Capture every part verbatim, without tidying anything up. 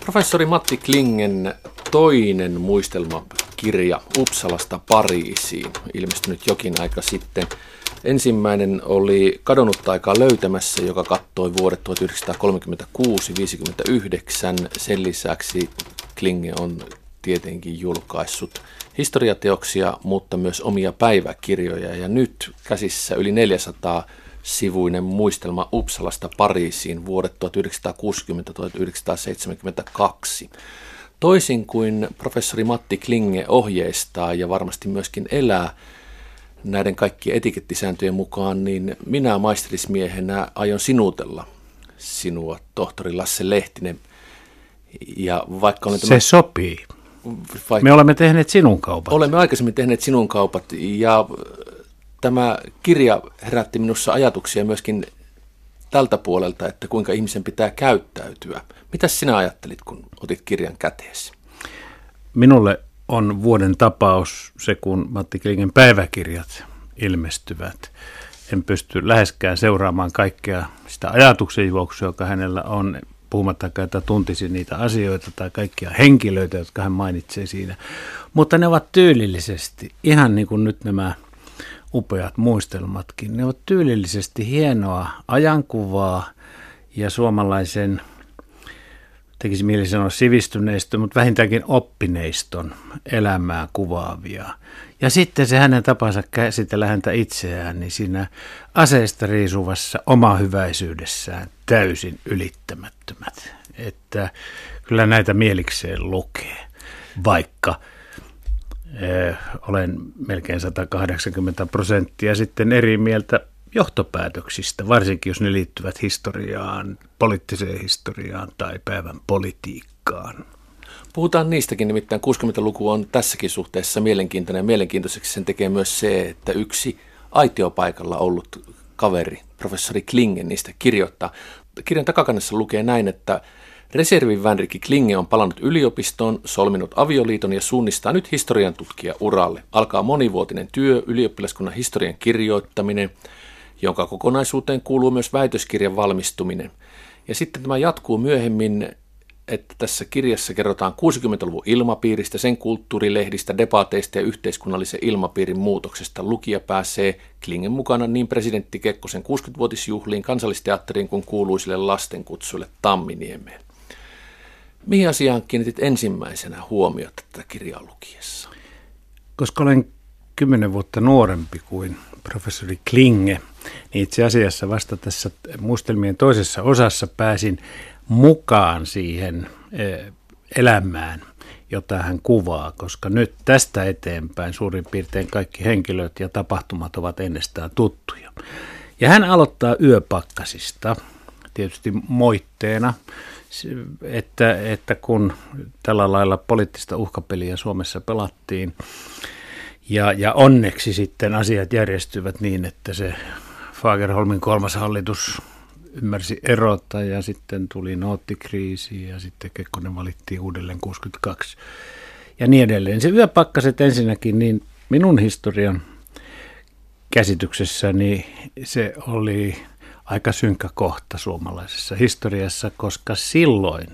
Professori Matti Klingen toinen muistelmakirja Uppsalasta Pariisiin, ilmestynyt jokin aika sitten. Ensimmäinen oli Kadonnutta aikaa löytämässä, joka kattoi vuodet tuhatyhdeksänsataakolmekymmentäkuusi viisikymmentäyhdeksän. Sen lisäksi Klinge on tietenkin julkaissut historiateoksia, mutta myös omia päiväkirjoja. Ja nyt käsissä yli neljäsataa sivuinen muistelma Uppsalasta Pariisiin vuodet tuhatyhdeksänsataakuusikymmentä tuhatyhdeksänsataaseitsemänkymmentäkaksi. Toisin kuin professori Matti Klinge ohjeistaa ja varmasti myöskin elää näiden kaikkien etikettisääntöjen mukaan, niin minä maisterismiehenä aion sinutella sinua, tohtori Lasse Lehtinen. Ja vaikka olen Se tämä, sopii. vaikka, Me olemme tehneet sinun kaupat. Olemme aikaisemmin tehneet sinun kaupat ja tämä kirja herätti minussa ajatuksia myöskin tältä puolelta, että kuinka ihmisen pitää käyttäytyä. Mitäs sinä ajattelit, kun otit kirjan käteesi? Minulle on vuoden tapaus se, kun Matti Klingen päiväkirjat ilmestyvät. En pysty läheskään seuraamaan kaikkea sitä ajatuksenjuoksua, joka hänellä on, puhumattakaan, että tuntisi niitä asioita tai kaikkia henkilöitä, jotka hän mainitsee siinä. Mutta ne ovat tyylillisesti, ihan niin kuin nyt nämä upeat muistelmatkin, ne ovat tyylillisesti hienoa ajankuvaa ja suomalaisen, tekisi mieli sanoa sivistyneistön, mutta vähintäänkin oppineiston elämää kuvaavia. Ja sitten se hänen tapansa käsitellä häntä itseään, niin siinä aseista riisuvassa omahyväisyydessään täysin ylittämättömät. Että kyllä näitä mielikseen lukee, vaikka eh, olen melkein sata kahdeksankymmentä prosenttia sitten eri mieltä johtopäätöksistä, varsinkin jos ne liittyvät historiaan, poliittiseen historiaan tai päivän politiikkaan. Puhutaan niistäkin, nimittäin kuusikymmentäluku on tässäkin suhteessa mielenkiintoinen ja mielenkiintoiseksi sen tekee myös se, että yksi aitiopaikalla ollut kaveri, professori Klinge, niistä kirjoittaa. Kirjan takakannessa lukee näin, että reservin vänrikki Klinge on palannut yliopistoon, solminut avioliiton ja suunnistaa nyt historian tutkija uralle. Alkaa monivuotinen työ, ylioppilaskunnan historian kirjoittaminen, jonka kokonaisuuteen kuuluu myös väitöskirjan valmistuminen. Ja sitten tämä jatkuu myöhemmin, että tässä kirjassa kerrotaan kuusikymmentäluvun ilmapiiristä, sen kulttuurilehdistä, debateista ja yhteiskunnallisen ilmapiirin muutoksesta. Lukija pääsee Klingen mukana niin presidentti Kekkosen kuusikymmentävuotisjuhliin, Kansallisteatteriin kuin kuuluisille lastenkutsuille Tamminiemeen. Mihin asiaan kiinnitit ensimmäisenä huomiota tätä kirjaa lukiessa? Koska olen kymmenen vuotta nuorempi kuin professori Klinge, niin itse asiassa vasta tässä muistelmien toisessa osassa pääsin mukaan siihen elämään, jota hän kuvaa, koska nyt tästä eteenpäin suurin piirtein kaikki henkilöt ja tapahtumat ovat ennestään tuttuja. Ja hän aloittaa yöpakkasista, tietysti moitteena, että, että kun tällä lailla poliittista uhkapeliä Suomessa pelattiin, ja, ja onneksi sitten asiat järjestyvät niin, että se Fagerholmin kolmas hallitus ymmärsi erota ja sitten tuli noottikriisi ja sitten Kekkonen valittiin uudelleen kuusikymmentäkaksi ja niin edelleen. Se yöpakkaset ensinnäkin, niin minun historian käsityksessäni se oli aika synkkä kohta suomalaisessa historiassa, koska silloin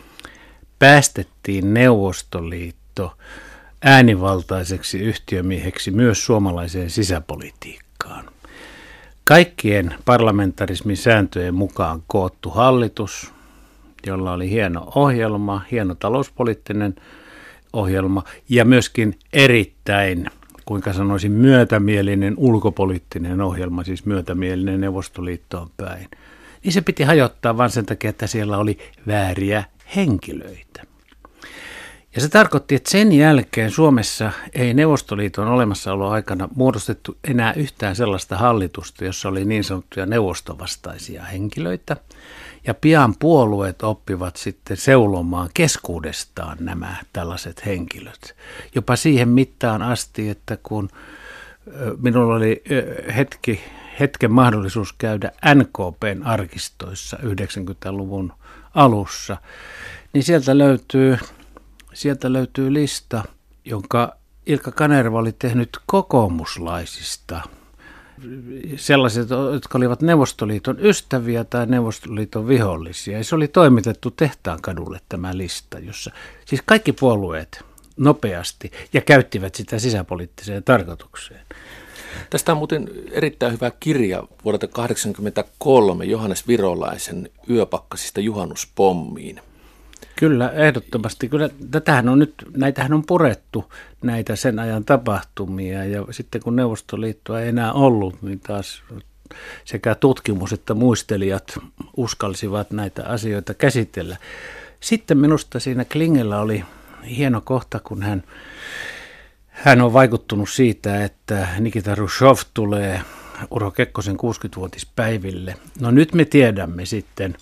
päästettiin Neuvostoliitto äänivaltaiseksi yhtiömieheksi myös suomalaiseen sisäpolitiikkaan. Kaikkien parlamentarismin sääntöjen mukaan koottu hallitus, jolla oli hieno ohjelma, hieno talouspoliittinen ohjelma ja myöskin erittäin, kuinka sanoisin, myötämielinen ulkopoliittinen ohjelma, siis myötämielinen Neuvostoliittoon päin. Niin se piti hajottaa vain sen takia, että siellä oli vääriä henkilöitä. Ja se tarkoitti, että sen jälkeen Suomessa ei Neuvostoliiton olemassaolon aikana muodostettu enää yhtään sellaista hallitusta, jossa oli niin sanottuja neuvostovastaisia henkilöitä. Ja pian puolueet oppivat sitten seulomaan keskuudestaan nämä tällaiset henkilöt. Jopa siihen mittaan asti, että kun minulla oli hetki, hetken mahdollisuus käydä N K P:n arkistoissa yhdeksänkymmentäluvun alussa, niin sieltä löytyy... Sieltä löytyy lista, jonka Ilkka Kanerva oli tehnyt kokoomuslaisista sellaiset, jotka olivat Neuvostoliiton ystäviä tai Neuvostoliiton vihollisia. Ja se oli toimitettu Tehtaankadulle tämä lista, jossa siis kaikki puolueet nopeasti ja käyttivät sitä sisäpoliittiseen tarkoitukseen. Tästä on muuten erittäin hyvä kirja vuodelta tuhatyhdeksänsataakahdeksankymmentäkolme Johannes Virolaisen Yöpakkasista juhannuspommiin. Kyllä, ehdottomasti. Kyllä, tätähän on nyt, näitähän on purettu, näitä sen ajan tapahtumia, ja sitten kun Neuvostoliittoa ei enää ollut, niin taas sekä tutkimus että muistelijat uskalsivat näitä asioita käsitellä. Sitten minusta siinä Klingellä oli hieno kohta, kun hän, hän on vaikuttunut siitä, että Nikita Hruštšov tulee Urho Kekkosen kuusikymmentävuotispäiville. No nyt me tiedämme sitten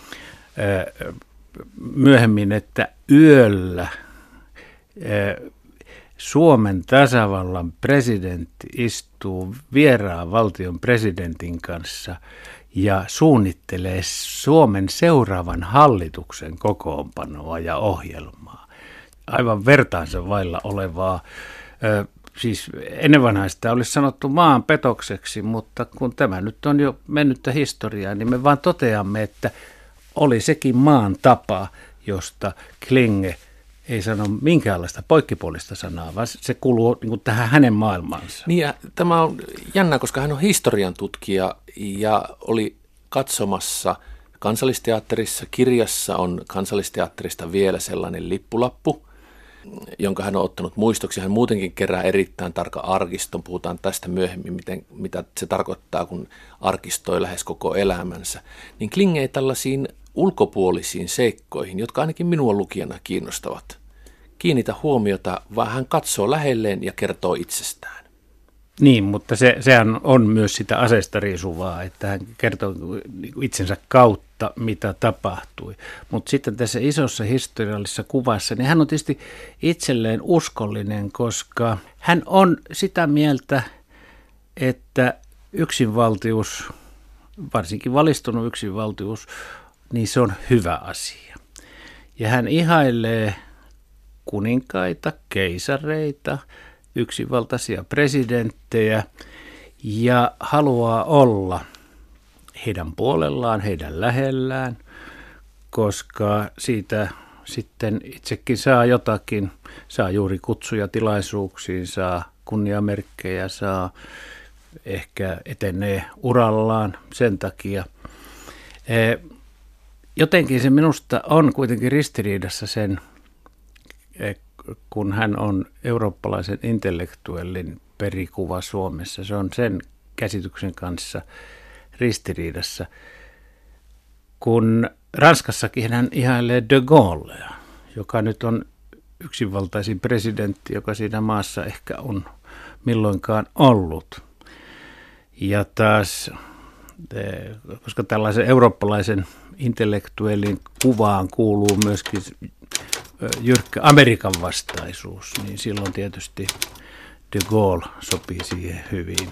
myöhemmin, että yöllä Suomen tasavallan presidentti istuu vieraan valtion presidentin kanssa ja suunnittelee Suomen seuraavan hallituksen kokoonpanoa ja ohjelmaa. Aivan vertaansa vailla olevaa, siis ennen vanhaista olisi sanottu maan petokseksi, mutta kun tämä nyt on jo mennyttä historiaa, niin me vaan toteamme, että oli sekin maan tapa, josta Klinge ei sano minkäänlaista poikkipuolista sanaa, vaan se kuuluu niin kuin tähän hänen maailmaansa. Niin ja tämä on jännä, koska hän on historian tutkija ja oli katsomassa Kansallisteatterissa. Kirjassa on Kansallisteatterista vielä sellainen lippulappu, jonka hän on ottanut muistoksi. Hän muutenkin kerää erittäin tarkan arkiston. Puhutaan tästä myöhemmin, miten, mitä se tarkoittaa, kun arkistoi lähes koko elämänsä. Niin Klinge ei tällaisiin ulkopuolisiin seikkoihin, jotka ainakin minua lukijana kiinnostavat, kiinnitä huomiota, vaan hän katsoo lähelleen ja kertoo itsestään. Niin, mutta se, sehän on myös sitä aseesta riisuvaa, että hän kertoo itsensä kautta, mitä tapahtui. Mutta sitten tässä isossa historiallisessa kuvassa, niin hän on tietysti itselleen uskollinen, koska hän on sitä mieltä, että yksinvaltius, varsinkin valistunut yksinvaltius, niin se on hyvä asia. Ja hän ihailee kuninkaita, keisareita, yksinvaltaisia presidenttejä ja haluaa olla heidän puolellaan, heidän lähellään, koska siitä sitten itsekin saa jotakin, saa juuri kutsuja tilaisuuksiin, saa kunniamerkkejä, saa ehkä etenee urallaan sen takia. Jotenkin se minusta on kuitenkin ristiriidassa sen, kun hän on eurooppalaisen intellektuellin perikuva Suomessa. Se on sen käsityksen kanssa ristiriidassa, kun Ranskassakin hän ihailee de Gaulea, joka nyt on yksinvaltaisin presidentti, joka siinä maassa ehkä on milloinkaan ollut. Ja taas, koska tällaisen eurooppalaisen intellektuellin kuvaan kuuluu myöskin jyrkkä Amerikan vastaisuus, niin silloin tietysti de Gaulle sopii siihen hyvin.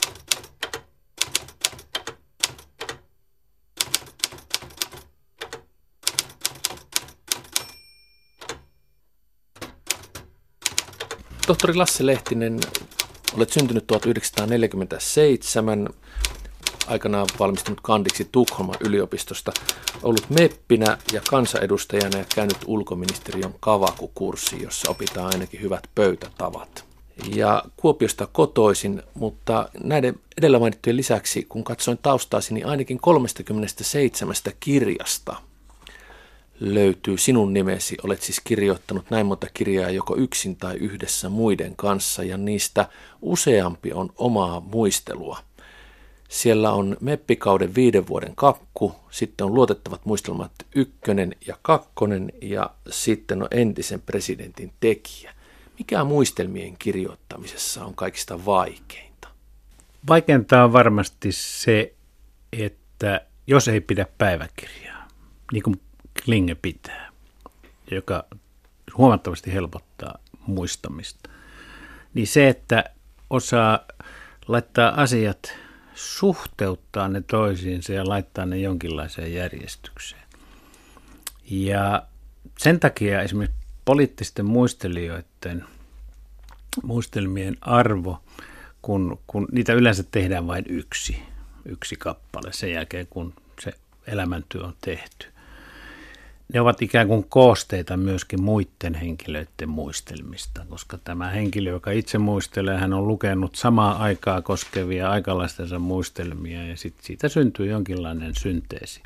Tohtori Lasse Lehtinen, olet syntynyt tuhatyhdeksänsataaneljäkymmentäseitsemän, aikanaan valmistunut kandiksi Tukholman yliopistosta, ollut meppinä ja kansanedustajana ja käynyt ulkoministeriön Kavaku-kurssi, jossa opitaan ainakin hyvät pöytätavat. Ja Kuopiosta kotoisin, mutta näiden edellä mainittujen lisäksi, kun katsoin taustaasi, niin ainakin kolmekymmentäseitsemän kirjasta löytyy sinun nimesi. Olet siis kirjoittanut näin monta kirjaa joko yksin tai yhdessä muiden kanssa, ja niistä useampi on omaa muistelua. Siellä on meppikauden viiden vuoden kakku, sitten on luotettavat muistelmat ykkönen ja kakkonen, ja sitten on entisen presidentin tekijä. Mikä muistelmien kirjoittamisessa on kaikista vaikeinta? Vaikeinta on varmasti se, että jos ei pidä päiväkirjaa, niin kuin Klinge pitää, joka huomattavasti helpottaa muistamista, niin se, että osaa laittaa asiat, suhteuttaa ne toisiinsa ja laittaa ne jonkinlaiseen järjestykseen. Ja sen takia esimerkiksi poliittisten muistelijoiden muistelmien arvo kun, kun niitä yleensä tehdään vain yksi, yksi kappale sen jälkeen, kun se elämäntyö on tehty. Ne ovat ikään kuin koosteita myöskin muiden henkilöiden muistelmista, koska tämä henkilö, joka itse muistelee, hän on lukenut samaa aikaa koskevia aikalaistensa muistelmia ja sit siitä syntyy jonkinlainen synteesi.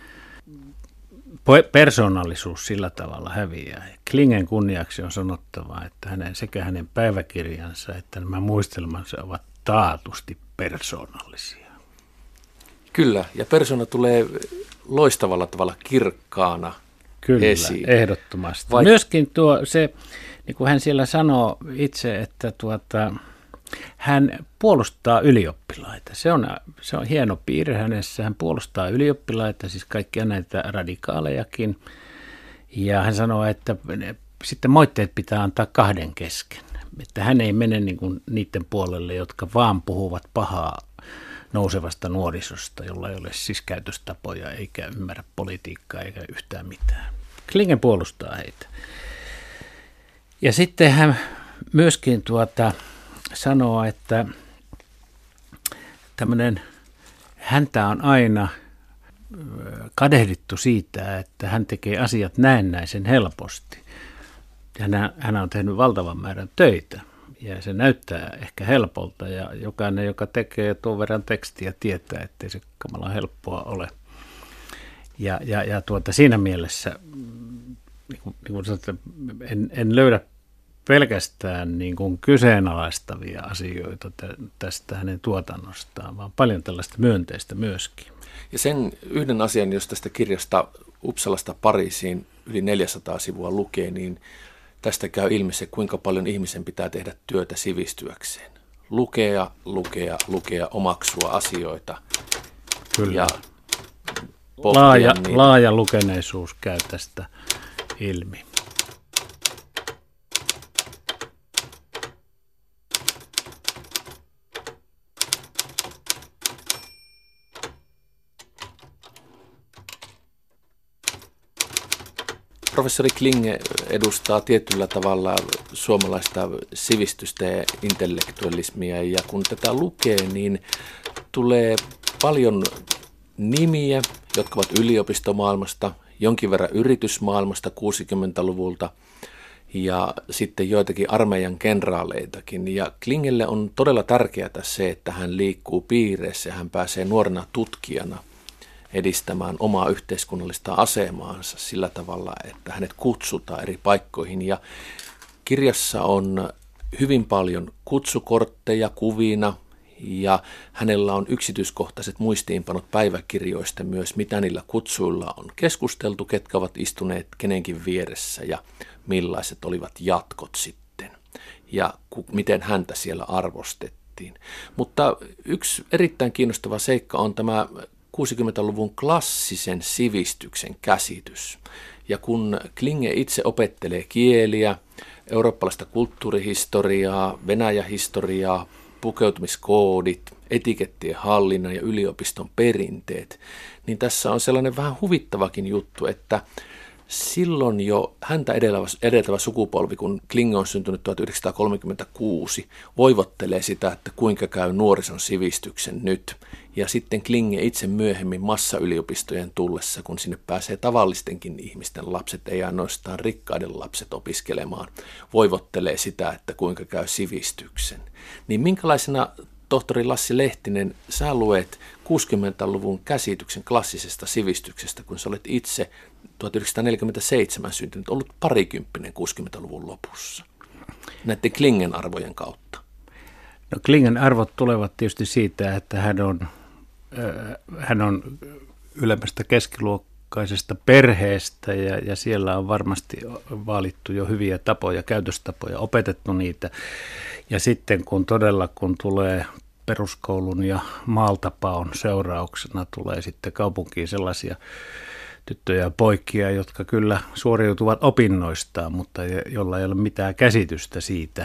Persoonallisuus sillä tavalla häviää. Klingen kunniaksi on sanottava, että hänen, sekä hänen päiväkirjansa että nämä muistelmansa ovat taatusti persoonallisia. Kyllä, ja persona tulee loistavalla tavalla kirkkaana Kyllä, esiin. Ehdottomasti. Vai... Myöskin tuo se, niin kuin hän siellä sanoo itse, että tuota, hän puolustaa ylioppilaita. Se on, se on hieno piirre hänessä. Hän puolustaa ylioppilaita, siis kaikkia näitä radikaalejakin. Ja hän sanoo, että sitten moitteet pitää antaa kahden kesken. Että hän ei mene niin kuin niiden puolelle, jotka vaan puhuvat pahaa nousevasta nuorisosta, jolla ei ole siis käytöstapoja eikä ymmärrä politiikkaa eikä yhtään mitään. Klingen puolustaa heitä. Ja sitten hän myöskin tuota, sanoo, että tämmöinen, häntä on aina kadehdittu siitä, että hän tekee asiat näennäisen helposti. Hän, hän on tehnyt valtavan määrän töitä. Ja se näyttää ehkä helpolta ja jokainen, joka tekee tuon verran tekstiä, tietää, ettei se kamalan helppoa ole. Ja, ja, ja tuota, siinä mielessä niin kuin, niin kuin sanotaan, en, en löydä pelkästään niin kuin kyseenalaistavia asioita tästä hänen tuotannostaan, vaan paljon tällaista myönteistä myöskin. Ja sen yhden asian, jos tästä kirjasta Uppsalasta Pariisiin yli neljäsataa sivua lukee, niin tästä käy ilmi se, kuinka paljon ihmisen pitää tehdä työtä sivistyäkseen. Lukea, lukea, lukea, omaksua asioita. Kyllä. Ja laaja, laaja lukeneisuus käy tästä ilmi. Professori Klinge edustaa tietyllä tavalla suomalaista sivistystä ja intellektuellismia, ja kun tätä lukee, niin tulee paljon nimiä, jotka ovat yliopistomaailmasta, jonkin verran yritysmaailmasta kuusikymmentäluvulta, ja sitten joitakin armeijan kenraaleitakin. Ja Klingelle on todella tärkeää se, että hän liikkuu piireissä ja hän pääsee nuorena tutkijana edistämään omaa yhteiskunnallista asemaansa sillä tavalla, että hänet kutsutaan eri paikkoihin. Ja kirjassa on hyvin paljon kutsukortteja kuvina, ja hänellä on yksityiskohtaiset muistiinpanot päiväkirjoista myös, mitä niillä kutsuilla on keskusteltu, ketkä ovat istuneet kenenkin vieressä ja millaiset olivat jatkot sitten, ja ku, miten häntä siellä arvostettiin. Mutta yksi erittäin kiinnostava seikka on tämä kuusikymmentäluvun klassisen sivistyksen käsitys. Ja kun Klinge itse opettelee kieliä, eurooppalaista kulttuurihistoriaa, Venäjä-historiaa, pukeutumiskoodit, etikettien hallinnan ja yliopiston perinteet, niin tässä on sellainen vähän huvittavakin juttu, että silloin jo häntä edeltävä sukupolvi, kun Klinge on syntynyt tuhatyhdeksänsataakolmekymmentäkuusi, voivottelee sitä, että kuinka käy nuorison sivistyksen nyt. Ja sitten Klinge itse myöhemmin massayliopistojen tullessa, kun sinne pääsee tavallistenkin ihmisten lapset, ei ainoastaan rikkaiden lapset opiskelemaan, voivottelee sitä, että kuinka käy sivistyksen. Niin minkälaisena, tohtori Lassi Lehtinen, sä luet kuusikymmentäluvun käsityksen klassisesta sivistyksestä, kun sä olet itse tuhatyhdeksänsataaneljäkymmentäseitsemän syntynyt, ollut parikymppinen kuusikymmentäluvun lopussa, näiden Klingen arvojen kautta? No, Klingen arvot tulevat tietysti siitä, että hän on, äh, hän on ylemmästä keskiluokkaisesta perheestä ja, ja siellä on varmasti vaalittu jo hyviä tapoja, käytöstapoja, opetettu niitä. Ja sitten kun todella kun tulee peruskoulun ja maaltapaon seurauksena tulee sitten kaupunkiin sellaisia tyttöjä ja poikia, jotka kyllä suoriutuvat opinnoistaan, mutta jolla ei ole mitään käsitystä siitä,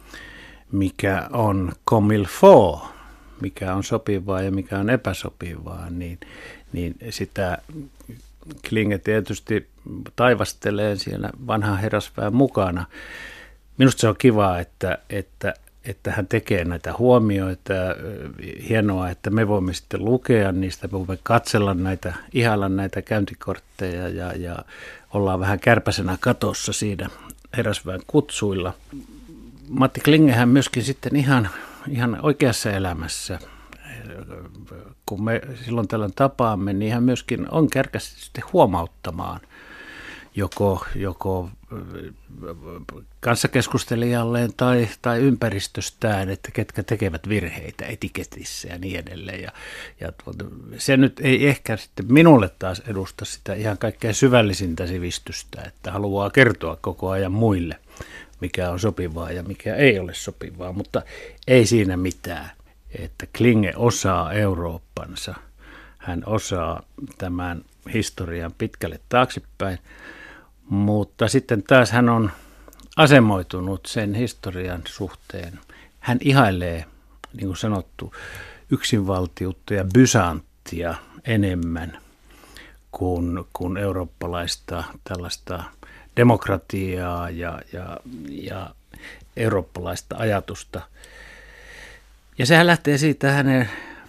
mikä on comme il faut, mikä on sopivaa ja mikä on epäsopivaa, niin, niin sitä Klinge tietysti taivastelee siellä vanhan herrasväen mukana. Minusta se on kiva, että, että että hän tekee näitä huomioita. Hienoa, että me voimme sitten lukea niistä, me voimme katsella näitä, ihailla näitä käyntikortteja ja, ja ollaan vähän kärpäsenä katossa siinä Heräsväen kutsuilla. Matti Klingehän myöskin sitten ihan, ihan oikeassa elämässä, kun me silloin tällöin tapaamme, niin hän myöskin on kärkästi huomauttamaan joko, joko kanssakeskustelijalleen tai, tai ympäristöstään, että ketkä tekevät virheitä etiketissä ja niin edelleen. Ja, ja se nyt ei ehkä sitten minulle taas edusta sitä ihan kaikkein syvällisintä sivistystä, että haluaa kertoa koko ajan muille, mikä on sopivaa ja mikä ei ole sopivaa, mutta ei siinä mitään, että Klinge osaa Eurooppansa, hän osaa tämän historian pitkälle taaksepäin, mutta sitten taas hän on asemoitunut sen historian suhteen. Hän ihailee, niin kuin sanottu, yksinvaltiutta ja Bysanttia enemmän kuin, kuin eurooppalaista tällaista demokratiaa ja, ja, ja eurooppalaista ajatusta. Ja sehän lähtee siitä hänen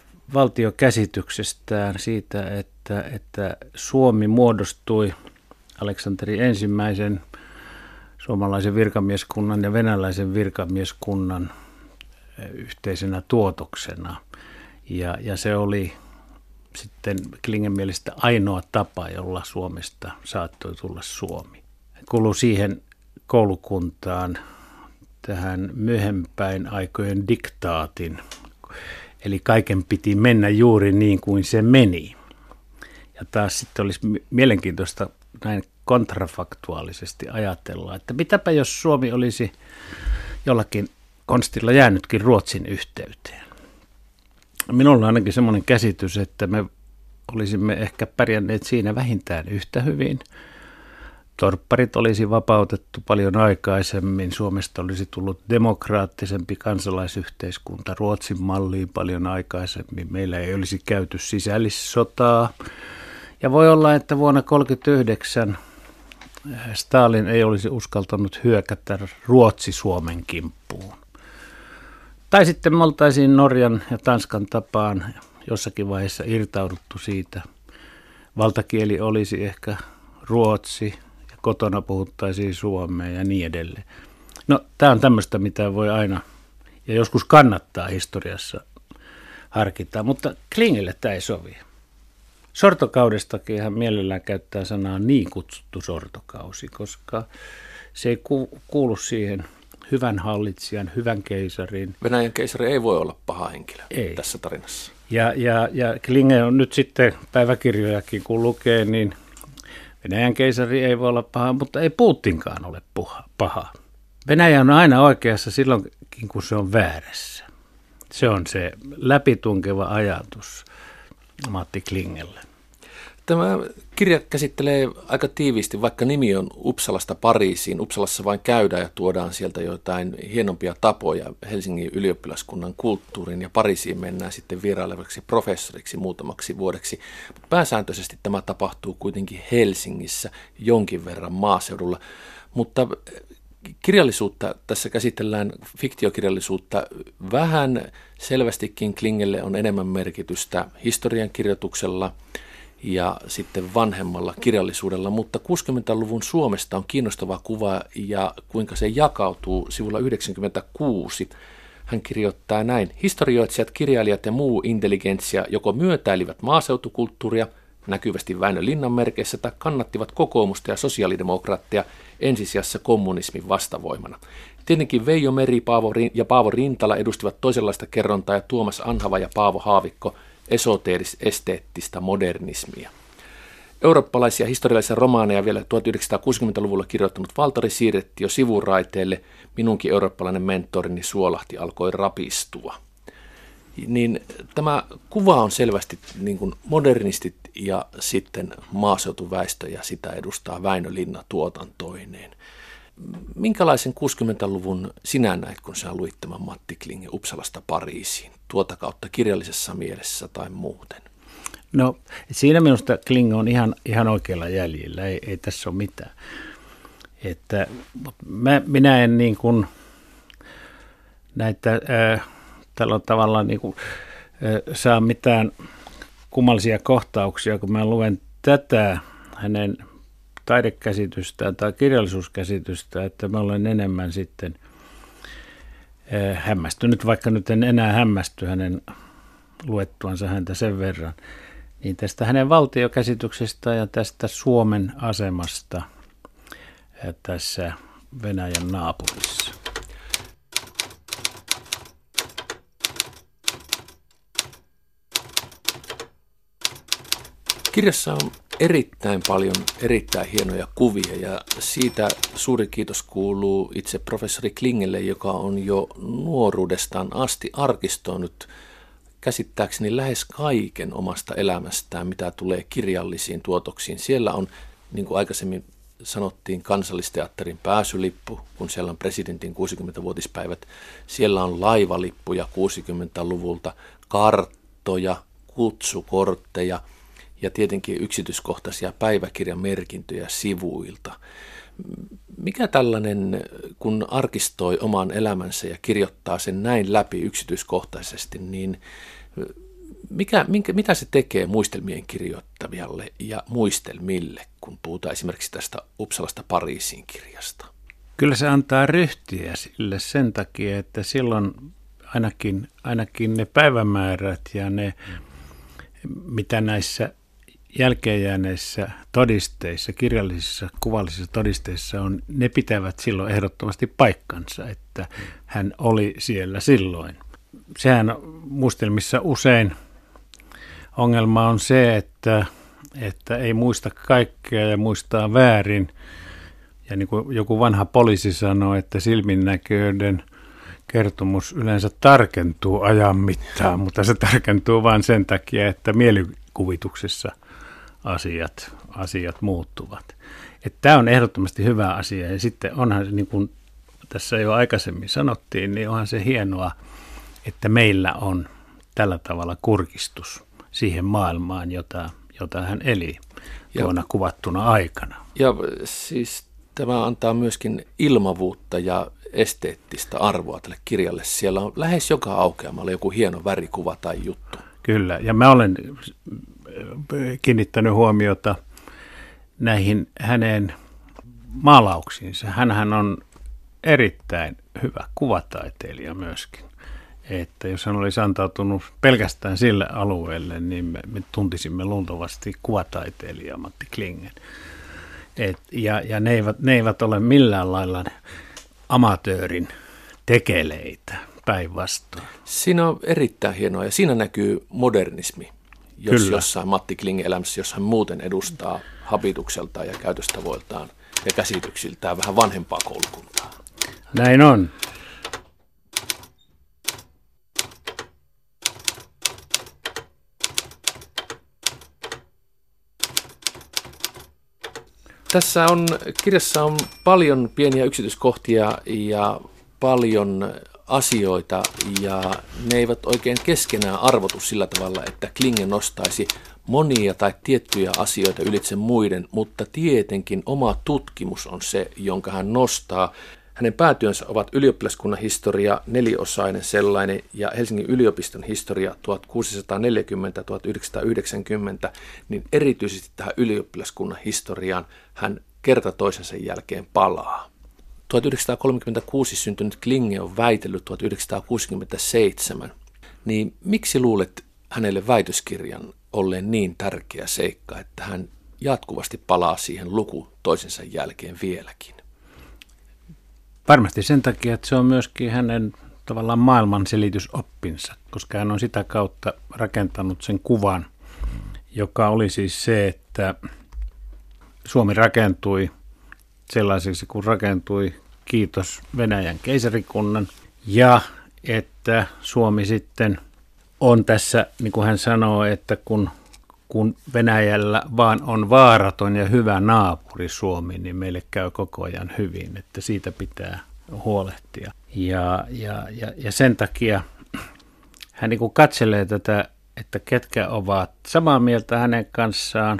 valtiokäsityksestään, siitä, että, että Suomi muodostui Aleksanteri ensimmäisen suomalaisen virkamieskunnan ja venäläisen virkamieskunnan yhteisenä tuotoksena. Ja, ja se oli sitten Klingen mielestä ainoa tapa, jolla Suomesta saattoi tulla Suomi. Kuului siihen koulukuntaan tähän myöhempäin aikojen diktaatin, eli kaiken piti mennä juuri niin kuin se meni. Ja taas sitten olisi mielenkiintoista näin kontrafaktuaalisesti ajatella, että mitäpä jos Suomi olisi jollakin konstilla jäänytkin Ruotsin yhteyteen. Minulla on ainakin semmoinen käsitys, että me olisimme ehkä pärjänneet siinä vähintään yhtä hyvin. Torpparit olisi vapautettu paljon aikaisemmin, Suomesta olisi tullut demokraattisempi kansalaisyhteiskunta Ruotsin malliin paljon aikaisemmin. Meillä ei olisi käyty sisällissotaa. Ja voi olla, että vuonna tuhatyhdeksänsataakolmekymmentäyhdeksän Stalin ei olisi uskaltanut hyökätä Ruotsi-Suomen kimppuun. Tai sitten me oltaisiin Norjan ja Tanskan tapaan jossakin vaiheessa irtauduttu siitä. Valtakieli olisi ehkä ruotsi ja kotona puhuttaisiin suomea ja niin edelleen. No, tämä on tämmöistä, mitä voi aina ja joskus kannattaa historiassa harkita, mutta Klingelle tämä ei sovi. Sortokaudestakin hän mielellään käyttää sanaa niin kutsuttu sortokausi, koska se ei kuulu siihen hyvän hallitsijan, hyvän keisarin. Venäjän keisari ei voi olla paha henkilö ei. Tässä tarinassa. Ja, ja, ja Klinge on nyt sitten päiväkirjojakin, kun lukee, niin Venäjän keisari ei voi olla paha, mutta ei Putinkaan ole paha. Venäjä on aina oikeassa silloinkin, kun se on väärässä. Se on se läpitunkeva ajatus Matti Klingelle. Tämä kirja käsittelee aika tiiviisti, vaikka nimi on Uppsalasta Pariisiin. Uppsalassa vain käydään ja tuodaan sieltä jotain hienompia tapoja Helsingin ylioppilaskunnan kulttuuriin, ja Pariisiin mennään sitten vierailevaksi professoriksi muutamaksi vuodeksi. Pääsääntöisesti tämä tapahtuu kuitenkin Helsingissä, jonkin verran maaseudulla, mutta kirjallisuutta tässä käsitellään, fiktiokirjallisuutta vähän. Selvästikin Klingelle on enemmän merkitystä historian kirjoituksella ja sitten vanhemmalla kirjallisuudella, mutta kuusikymmentäluvun Suomesta on kiinnostava kuva ja kuinka se jakautuu sivulla yhdeksänkymmentäkuusi. Hän kirjoittaa näin: historioitsijat, kirjailijat ja muu intelligentsia joko myötäilivät maaseutukulttuuria näkyvästi Väinö Linnan merkeissä tai kannattivat kokoomusta ja sosiaalidemokraattia ensisijassa kommunismin vastavoimana. Tietenkin Veijo Meri Paavo ja Paavo Rintala edustivat toisenlaista kerrontaa ja Tuomas Anhava ja Paavo Haavikko esoteeris-esteettistä modernismia. Eurooppalaisia historiallisia romaaneja vielä tuhatyhdeksänsataakuusikymmentäluvulla kirjoittanut Valtari siirretti jo sivuraiteelle. Minunkin eurooppalainen mentorini Suolahti alkoi rapistua. Niin tämä kuva on selvästi niin kuin modernistit ja sitten maaseutuväestö, ja sitä edustaa Väinö Linna tuotantoineen. Minkälaisen kuusikymmentäluvun sinä näit, kun sinä luit tämän Matti Klinge Uppsalasta Pariisiin, tuota kautta kirjallisessa mielessä tai muuten? No, siinä minusta Klinge on ihan, ihan oikealla jäljellä, ei, ei tässä ole mitään. Että, mä, minä en niin kuin näitä äh, tällä tavalla niin kuin, äh, saa mitään kummallisia kohtauksia, kun mä luen tätä hänen taidekäsitystään tai kirjallisuuskäsitystä, että mä olen enemmän sitten äh, hämmästynyt, vaikka nyt en enää hämmästy hänen luettuansa häntä sen verran, niin tästä hänen valtiokäsityksestä ja tästä Suomen asemasta äh, tässä Venäjän naapurissa. Kirjassa on erittäin paljon erittäin hienoja kuvia ja siitä suuri kiitos kuuluu itse professori Klingelle, joka on jo nuoruudestaan asti arkistoinut käsittääkseni lähes kaiken omasta elämästään, mitä tulee kirjallisiin tuotoksiin. Siellä on, niin kuin aikaisemmin sanottiin, Kansallisteatterin pääsylippu, kun siellä on presidentin kuusikymmentävuotispäivät. Siellä on laivalippuja kuusikymmentäluvulta, karttoja, kutsukortteja ja tietenkin yksityiskohtaisia päiväkirjamerkintöjä sivuilta. Mikä tällainen, kun arkistoi oman elämänsä ja kirjoittaa sen näin läpi yksityiskohtaisesti, niin mikä, minkä, mitä se tekee muistelmien kirjoittavijalle ja muistelmille, kun puhutaan esimerkiksi tästä Uppsalasta Pariisiin kirjasta? Kyllä se antaa ryhtiä sille sen takia, että silloin ainakin, ainakin ne päivämäärät ja ne, mitä näissä jälkeenjääneissä todisteissa, kirjallisissa, kuvallisissa todisteissa on, ne pitävät silloin ehdottomasti paikkansa, että hän oli siellä silloin. Sehän muistelmissa usein ongelma on se, että, että ei muista kaikkea ja muistaa väärin. Ja niin kuin joku vanha poliisi sanoi, että silminnäköiden kertomus yleensä tarkentuu ajan mittaan, mutta se tarkentuu vain sen takia, että mielikuvituksessa asiat, asiat muuttuvat. Että tämä on ehdottomasti hyvä asia ja sitten onhan, niin kuin tässä jo aikaisemmin sanottiin, niin onhan se hienoa, että meillä on tällä tavalla kurkistus siihen maailmaan, jota, jota hän eli tuona ja, kuvattuna aikana. Ja siis tämä antaa myöskin ilmavuutta ja esteettistä arvoa tälle kirjalle. Siellä on lähes joka aukeamalla joku hieno värikuva tai juttu. Kyllä, ja mä olen kiinnittänyt huomiota näihin hänen maalauksiinsa. Hänhän on erittäin hyvä kuvataiteilija myöskin. Että jos hän olisi antautunut pelkästään sille alueelle, niin me, me tuntisimme luultavasti kuvataiteilija Matti Klingen. Et, ja ja ne, eivät, ne eivät ole millään lailla amatöörin tekeleitä, päinvastoin. Siinä on erittäin hienoa ja siinä näkyy modernismi, jos Kyllä. jossain Matti Klingen elämässä, jos hän muuten edustaa habitukseltaan ja käytöstavoiltaan ja käsityksiltään vähän vanhempaa koulukuntaa. Näin on. Tässä on, kirjassa on paljon pieniä yksityiskohtia ja paljon asioita ja ne eivät oikein keskenään arvotu sillä tavalla, että Klingen nostaisi monia tai tiettyjä asioita ylitse muiden, mutta tietenkin oma tutkimus on se, jonka hän nostaa. Hänen päätyönsä ovat ylioppilaskunnan historia, neliosainen sellainen, ja Helsingin yliopiston historia tuhatkuusisataaneljäkymmentä - tuhatyhdeksänsataayhdeksänkymmentä, niin erityisesti tähän ylioppilaskunnan historiaan hän kerta toisensa jälkeen palaa. tuhatyhdeksänsataakolmekymmentäkuusi syntynyt Klingen on väitellyt tuhatyhdeksänsataakuusikymmentäseitsemän, niin miksi luulet hänelle väitöskirjan olleen niin tärkeä seikka, että hän jatkuvasti palaa siihen luku toisensa jälkeen vieläkin? Varmasti sen takia, että se on myöskin hänen tavallaan maailmanselitysoppinsa, koska hän on sitä kautta rakentanut sen kuvan, joka oli siis se, että Suomi rakentui sellaiseksi kuin rakentui, kiitos Venäjän keisarikunnan, ja että Suomi sitten on tässä, niin kuin hän sanoo, että kun, kun Venäjällä vaan on vaaraton ja hyvä naapuri Suomi, niin meille käy koko ajan hyvin, että siitä pitää huolehtia. Ja, ja, ja, ja sen takia hän niin kuin katselee tätä, että ketkä ovat samaa mieltä hänen kanssaan.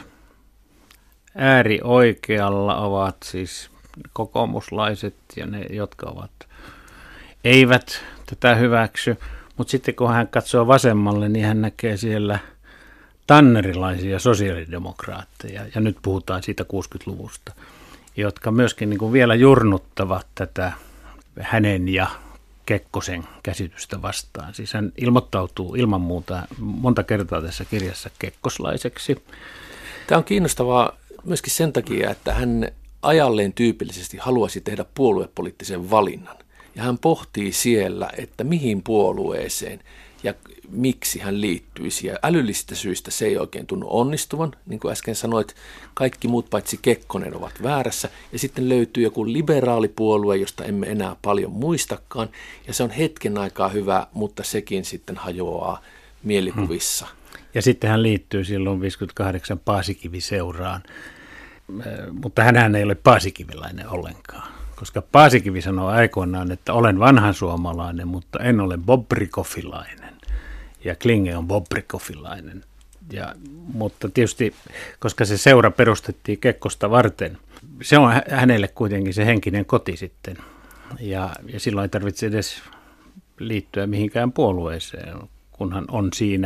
Äärioikealla ovat siis kokoomuslaiset ja ne, jotka ovat eivät tätä hyväksy, mutta sitten kun hän katsoo vasemmalle, niin hän näkee siellä tannerilaisia sosiaalidemokraatteja, ja nyt puhutaan siitä kuusikymmentäluvusta, jotka myöskin niin kuin vielä jurnuttavat tätä hänen ja Kekkosen käsitystä vastaan. Siis hän ilmoittautuu ilman muuta monta kertaa tässä kirjassa kekkoslaiseksi. Tämä on kiinnostavaa myöskin sen takia, että hän ajalleen tyypillisesti haluaisi tehdä puoluepoliittisen valinnan. Ja hän pohtii siellä, että mihin puolueeseen ja miksi hän liittyisi. Ja älyllisistä syistä se ei oikein tunnu onnistuvan. Niin kuin äsken sanoit, kaikki muut paitsi Kekkonen ovat väärässä. Ja sitten löytyy joku liberaalipuolue, josta emme enää paljon muistakaan. Ja se on hetken aikaa hyvä, mutta sekin sitten hajoaa mielikuvissa. Ja sitten hän liittyy silloin viisikymmentäkahdeksan Paasikivi-seuraan. Mutta hänhän ei ole paasikiviläinen ollenkaan. Koska Paasikivi sanoi aikoinaan, että olen vanhan suomalainen, mutta en ole bobrikofilainen. Ja Klinge on bobrikofilainen. Ja, mutta tietysti, koska se seura perustettiin Kekkosta varten, se on hänelle kuitenkin se henkinen koti sitten. Ja, ja silloin ei tarvitse edes liittyä mihinkään puolueeseen, kunhan on siinä.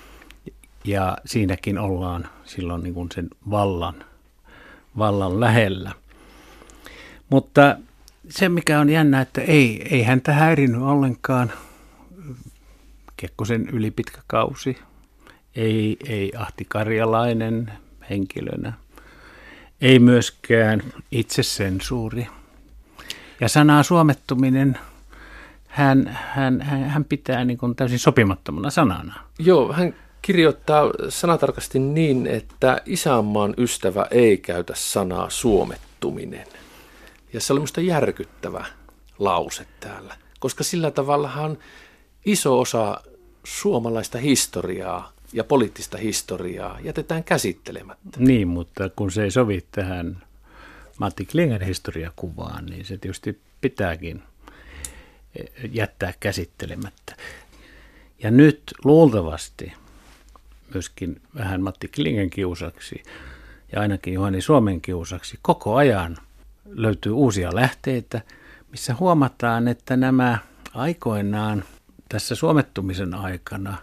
Ja siinäkin ollaan silloin niin kuin sen vallan, vallan lähellä. Mutta se, mikä on jännä, että ei, ei häntä häirinyt ollenkaan Kekkosen ylipitkä kausi, ei, ei Ahti Karjalainen henkilönä, ei myöskään itsesensuuri. Ja sanaa suomettuminen hän, hän, hän, hän pitää niin kuin täysin sopimattomana sanana. Joo, hän kirjoittaa sanatarkasti niin, että isänmaan ystävä ei käytä sanaa suomettuminen. Ja se oli minusta järkyttävä lause täällä, koska sillä tavallahan iso osa suomalaista historiaa ja poliittista historiaa jätetään käsittelemättä. Niin, mutta kun se ei sovi tähän Matti Klingen historiakuvaan, niin se tietysti pitääkin jättää käsittelemättä. Ja nyt luultavasti myöskin vähän Matti Klingen kiusaksi ja ainakin Juhani Suomen kiusaksi koko ajan löytyy uusia lähteitä, missä huomataan, että nämä aikoinaan tässä suomettumisen aikana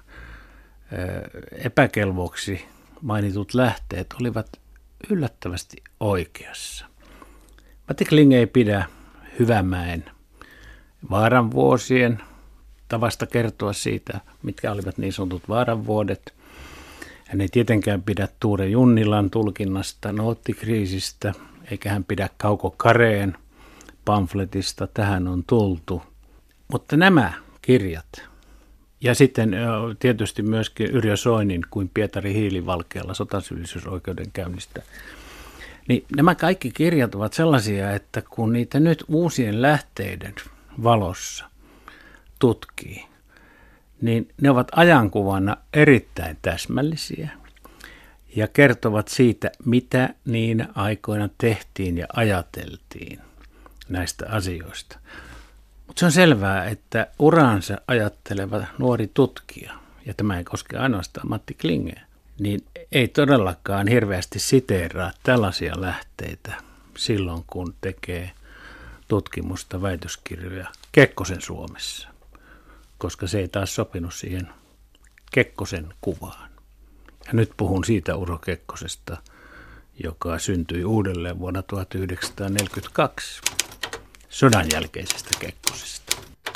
epäkelvoksi mainitut lähteet olivat yllättävästi oikeassa. Matti Klinge ei pidä Hyvämäen vaaran vuosien tavasta kertoa siitä, mitkä olivat niin sanotut vaaran vuodet. Hän ei tietenkään pidä Tuure Junnilan tulkinnasta noottikriisistä, eikä hän pidä Kauko Kareen pamfletista Tähän on tultu. Mutta nämä kirjat, ja sitten tietysti myöskin Yrjö Soinin kuin Pietari Hiilivalkealla sotasyyllisyysoikeudenkäynnistä, niin nämä kaikki kirjat ovat sellaisia, että kun niitä nyt uusien lähteiden valossa tutkii, niin ne ovat ajankuvana erittäin täsmällisiä ja kertovat siitä, mitä niin aikoina tehtiin ja ajateltiin näistä asioista. Mutta se on selvää, että uraansa ajatteleva nuori tutkija, ja tämä ei koske ainoastaan Matti Klingeä, niin ei todellakaan hirveästi siteeraa tällaisia lähteitä silloin, kun tekee tutkimusta, väitöskirjoja Kekkosen Suomessa, koska se ei taas sopinut siihen Kekkosen kuvaan. Ja nyt puhun siitä Urho Kekkosesta, joka syntyi uudelleen vuonna tuhatyhdeksänsataaneljäkymmentäkaksi, sodan jälkeisestä Kekkosesta.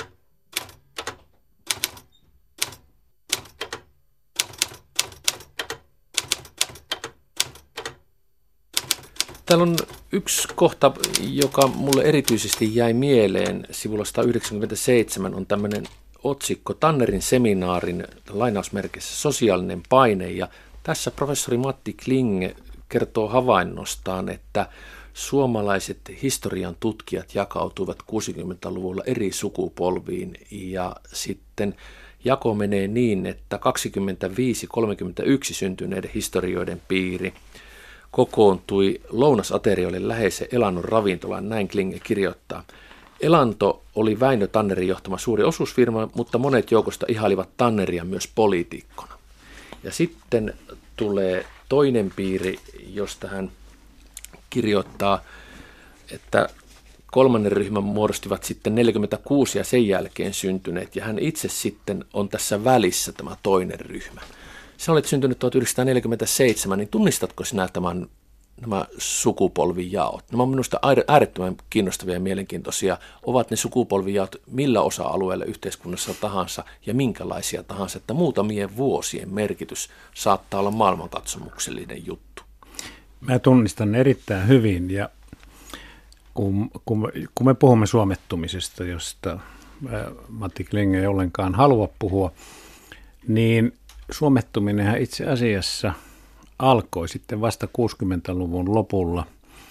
Täällä on yksi kohta, joka mulle erityisesti jäi mieleen. Sivulla sata yhdeksänkymmentäseitsemän on tämmöinen otsikko Tannerin seminaarin lainausmerkissä sosiaalinen paine. Ja tässä professori Matti Klinge kertoo havainnostaan, että suomalaiset historian tutkijat jakautuivat kuusikymmentäluvulla eri sukupolviin ja sitten jako menee niin, että kaksikymmentäviisi kolmekymmentäyksi syntyneiden historioiden piiri kokoontui lounasaterioille läheisen Elannon ravintolaan, näin Klinge kirjoittaa. Elanto oli Väinö Tannerin johtama suuri osuusfirma, mutta monet joukosta ihailivat Tanneria myös poliitikkona. Ja sitten tulee toinen piiri, josta hän kirjoittaa, että kolmannen ryhmän muodostivat sitten neljäkymmentäkuusi ja sen jälkeen syntyneet, ja hän itse sitten on tässä välissä tämä toinen ryhmä. Sinä olet syntynyt tuhatyhdeksänsataaneljäkymmentäseitsemän, niin tunnistatko sinä tämän, nämä sukupolvijaot? Nämä on minusta äärettömän kiinnostavia ja mielenkiintoisia. Ovat ne sukupolvijaot millä osa-alueella yhteiskunnassa tahansa ja minkälaisia tahansa, että muutamien vuosien merkitys saattaa olla maailmankatsomuksellinen juttu. Mä tunnistan erittäin hyvin, ja kun, kun, kun me puhumme suomettumisesta, josta Matti Klinge ei ollenkaan halua puhua, niin suomettuminenhan itse asiassa alkoi sitten vasta kuusikymmentäluvun lopulla,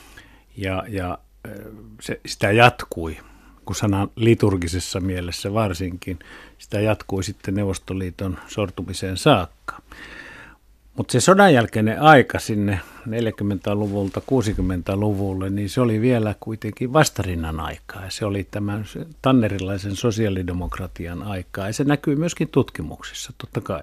ja, ja se, sitä jatkui, kun sanan liturgisessa mielessä varsinkin, sitä jatkui sitten Neuvostoliiton sortumiseen saakka. Mutta se sodan jälkeinen aika sinne neljäkymmentäluvulta kuusikymmentäluvulle, niin se oli vielä kuitenkin vastarinnan aikaa. Ja se oli tämän tannerilaisen sosiaalidemokratian aikaa, ja se näkyy myöskin tutkimuksissa, totta kai.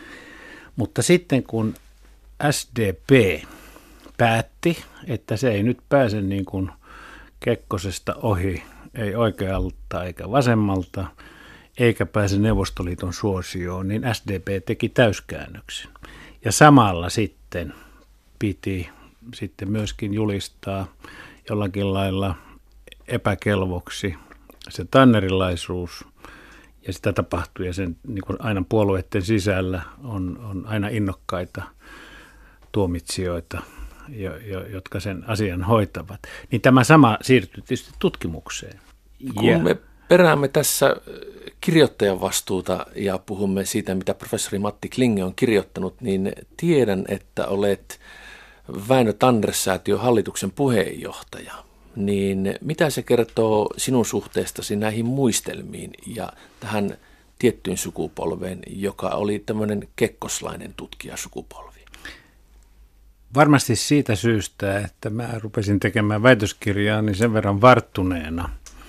Mutta sitten kun S D P päätti, että se ei nyt pääse niin kuin Kekkosesta ohi, ei oikealta eikä vasemmalta, eikä pääse Neuvostoliiton suosioon, niin S D P teki täyskäännöksen. Ja samalla sitten piti sitten myöskin julistaa jollakin lailla epäkelvoksi se tannerilaisuus, ja sitä tapahtui, ja sen niin kuin aina puolueiden sisällä on, on aina innokkaita tuomitsijoita, jo, jo, jotka sen asian hoitavat. Niin tämä sama siirtyi tietysti tutkimukseen. Kun yeah. me peräämme tässä kirjoittajan vastuuta ja puhumme siitä, mitä professori Matti Klinge on kirjoittanut, niin tiedän, että olet Väinö Tanner-säätiön hallituksen puheenjohtaja. Niin mitä se kertoo sinun suhteestasi näihin muistelmiin ja tähän tiettyyn sukupolveen, joka oli tämmöinen kekkoslainen tutkijasukupolvi? Varmasti siitä syystä, että mä rupesin tekemään väitöskirjaa niin sen verran varttuneena,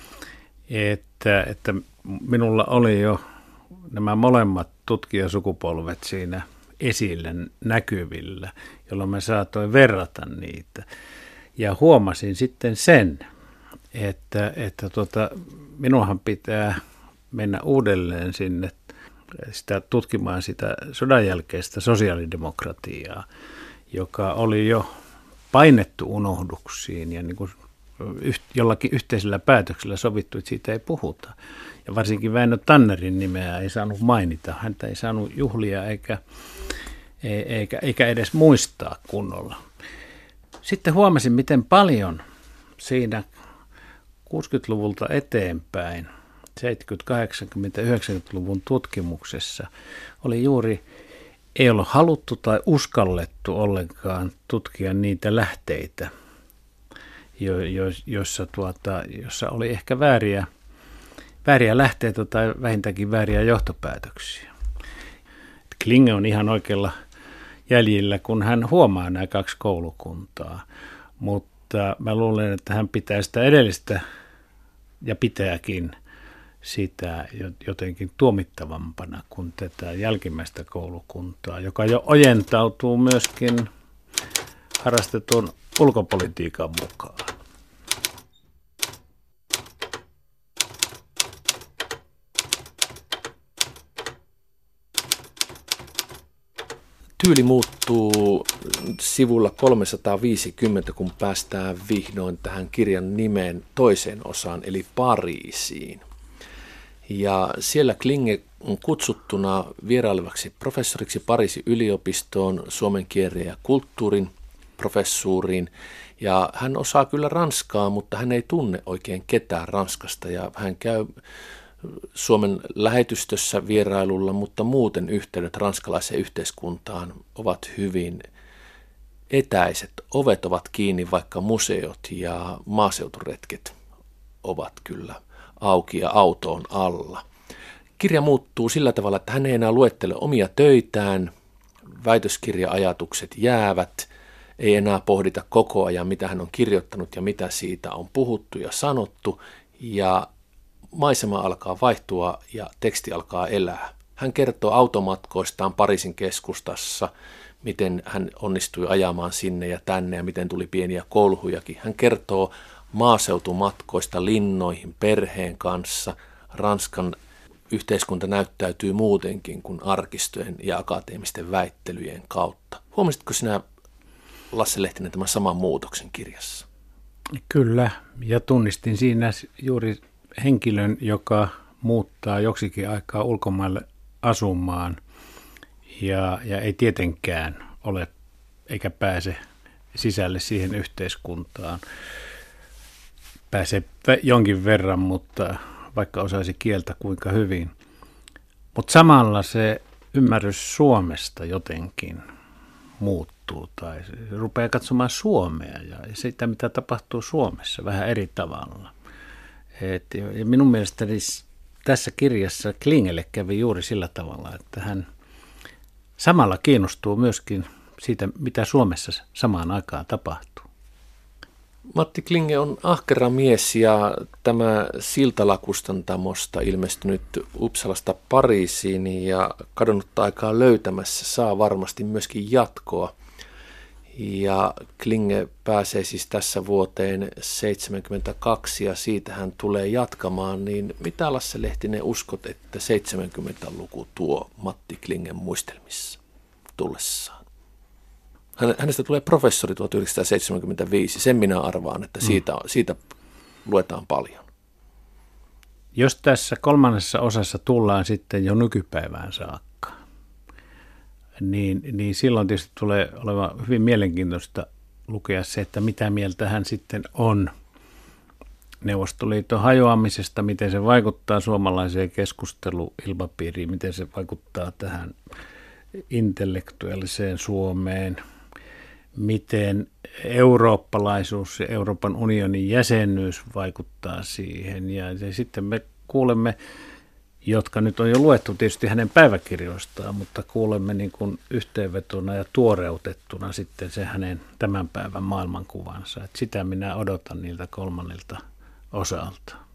että, että minulla oli jo nämä molemmat tutkijasukupolvet siinä esille näkyvillä, jolloin mä saatoin verrata niitä. Ja huomasin sitten sen, että, että tota, minuahan pitää mennä uudelleen sinne sitä, tutkimaan sitä sodan jälkeistä sosiaalidemokratiaa, joka oli jo painettu unohduksiin ja niin kuin jollakin yhteisellä päätöksellä sovittu, että siitä ei puhuta. Ja varsinkin Väinö Tannerin nimeä ei saanut mainita. Häntä ei saanut juhlia eikä, eikä, eikä edes muistaa kunnolla. Sitten huomasin, miten paljon siinä kuusikymmentäluvulta eteenpäin, seitsemänkymmentä-, kahdeksankymmentä-, yhdeksänkymmentäluvun tutkimuksessa oli juuri, ei ollut haluttu tai uskallettu ollenkaan tutkia niitä lähteitä, jo, jo, jossa, tuota, jossa oli ehkä vääriä, vääriä lähteitä tai vähintäänkin vääriä johtopäätöksiä. Klinge on ihan oikealla jäljillä, kun hän huomaa nämä kaksi koulukuntaa, mutta mä luulen, että hän pitää sitä edellistä ja pitääkin sitä jotenkin tuomittavampana kuin tätä jälkimmäistä koulukuntaa, joka jo ojentautuu myöskin harrastetun ulkopolitiikan mukaan. Tyyli muuttuu sivulla kolmesataaviisikymmentä, kun päästään vihdoin tähän kirjan nimeen toiseen osaan, eli Pariisiin. Ja siellä Klinge on kutsuttuna vierailevaksi professoriksi Pariisin yliopistoon, suomen kielen ja kulttuurin professuuriin. Ja hän osaa kyllä ranskaa, mutta hän ei tunne oikein ketään Ranskasta, ja hän käy Suomen lähetystössä vierailulla, mutta muuten yhteydet ranskalaiseen yhteiskuntaan ovat hyvin etäiset. Ovet ovat kiinni, vaikka museot ja maaseuturetket ovat kyllä auki ja auto on alla. Kirja muuttuu sillä tavalla, että hän ei enää luettele omia töitään, väitöskirja-ajatukset jäävät, ei enää pohdita koko ajan, mitä hän on kirjoittanut ja mitä siitä on puhuttu ja sanottu, ja maisema alkaa vaihtua ja teksti alkaa elää. Hän kertoo automatkoistaan Pariisin keskustassa, miten hän onnistui ajamaan sinne ja tänne ja miten tuli pieniä kolhujakin. Hän kertoo maaseutumatkoista linnoihin perheen kanssa. Ranskan yhteiskunta näyttäytyy muutenkin kuin arkistojen ja akateemisten väittelyjen kautta. Huomasitko sinä, Lasse Lehtinen, tämän saman muutoksen kirjassa? Kyllä, ja tunnistin siinä juuri henkilön, joka muuttaa joksikin aikaa ulkomaille asumaan ja, ja ei tietenkään ole eikä pääse sisälle siihen yhteiskuntaan. Pääsee jonkin verran, mutta vaikka osaisi kieltä kuinka hyvin. Mutta samalla se ymmärrys Suomesta jotenkin muuttuu tai se rupeaa katsomaan Suomea ja sitä, mitä tapahtuu Suomessa vähän eri tavalla. Et, ja minun mielestäni tässä kirjassa Klingelle kävi juuri sillä tavalla, että hän samalla kiinnostuu myöskin siitä, mitä Suomessa samaan aikaan tapahtuu. Matti Klinge on ahkera mies ja tämä Siltala-kustantamosta ilmestynyt Uppsalasta Pariisiin ja kadonnutta aikaa löytämässä saa varmasti myöskin jatkoa. Ja Klinge pääsee siis tässä vuoteen seitsemänkymmentäkaksi ja siitä hän tulee jatkamaan. Niin mitä, Lasse Lehtinen, uskot, että seitsemänkymmentäluku tuo Matti Klingen muistelmissa tullessaan? Hänestä tulee professori tuhatyhdeksänsataaseitsemänkymmentäviisi. Sen minä arvaan, että siitä, siitä luetaan paljon. Jos tässä kolmannessa osassa tullaan sitten jo nykypäivään saakka, niin, niin silloin tietysti tulee olemaan hyvin mielenkiintoista lukea se, että mitä mieltä hän sitten on Neuvostoliiton hajoamisesta, miten se vaikuttaa suomalaiseen keskusteluilmapiiriin, miten se vaikuttaa tähän intellektuaaliseen Suomeen, miten eurooppalaisuus ja Euroopan unionin jäsenyys vaikuttaa siihen. Ja sitten me kuulemme, jotka nyt on jo luettu tietysti hänen päiväkirjoistaan, mutta kuulemme niin kuin yhteenvetona ja tuoreutettuna sitten se hänen tämän päivän maailmankuvansa. Että sitä minä odotan niiltä kolmannelta osalta.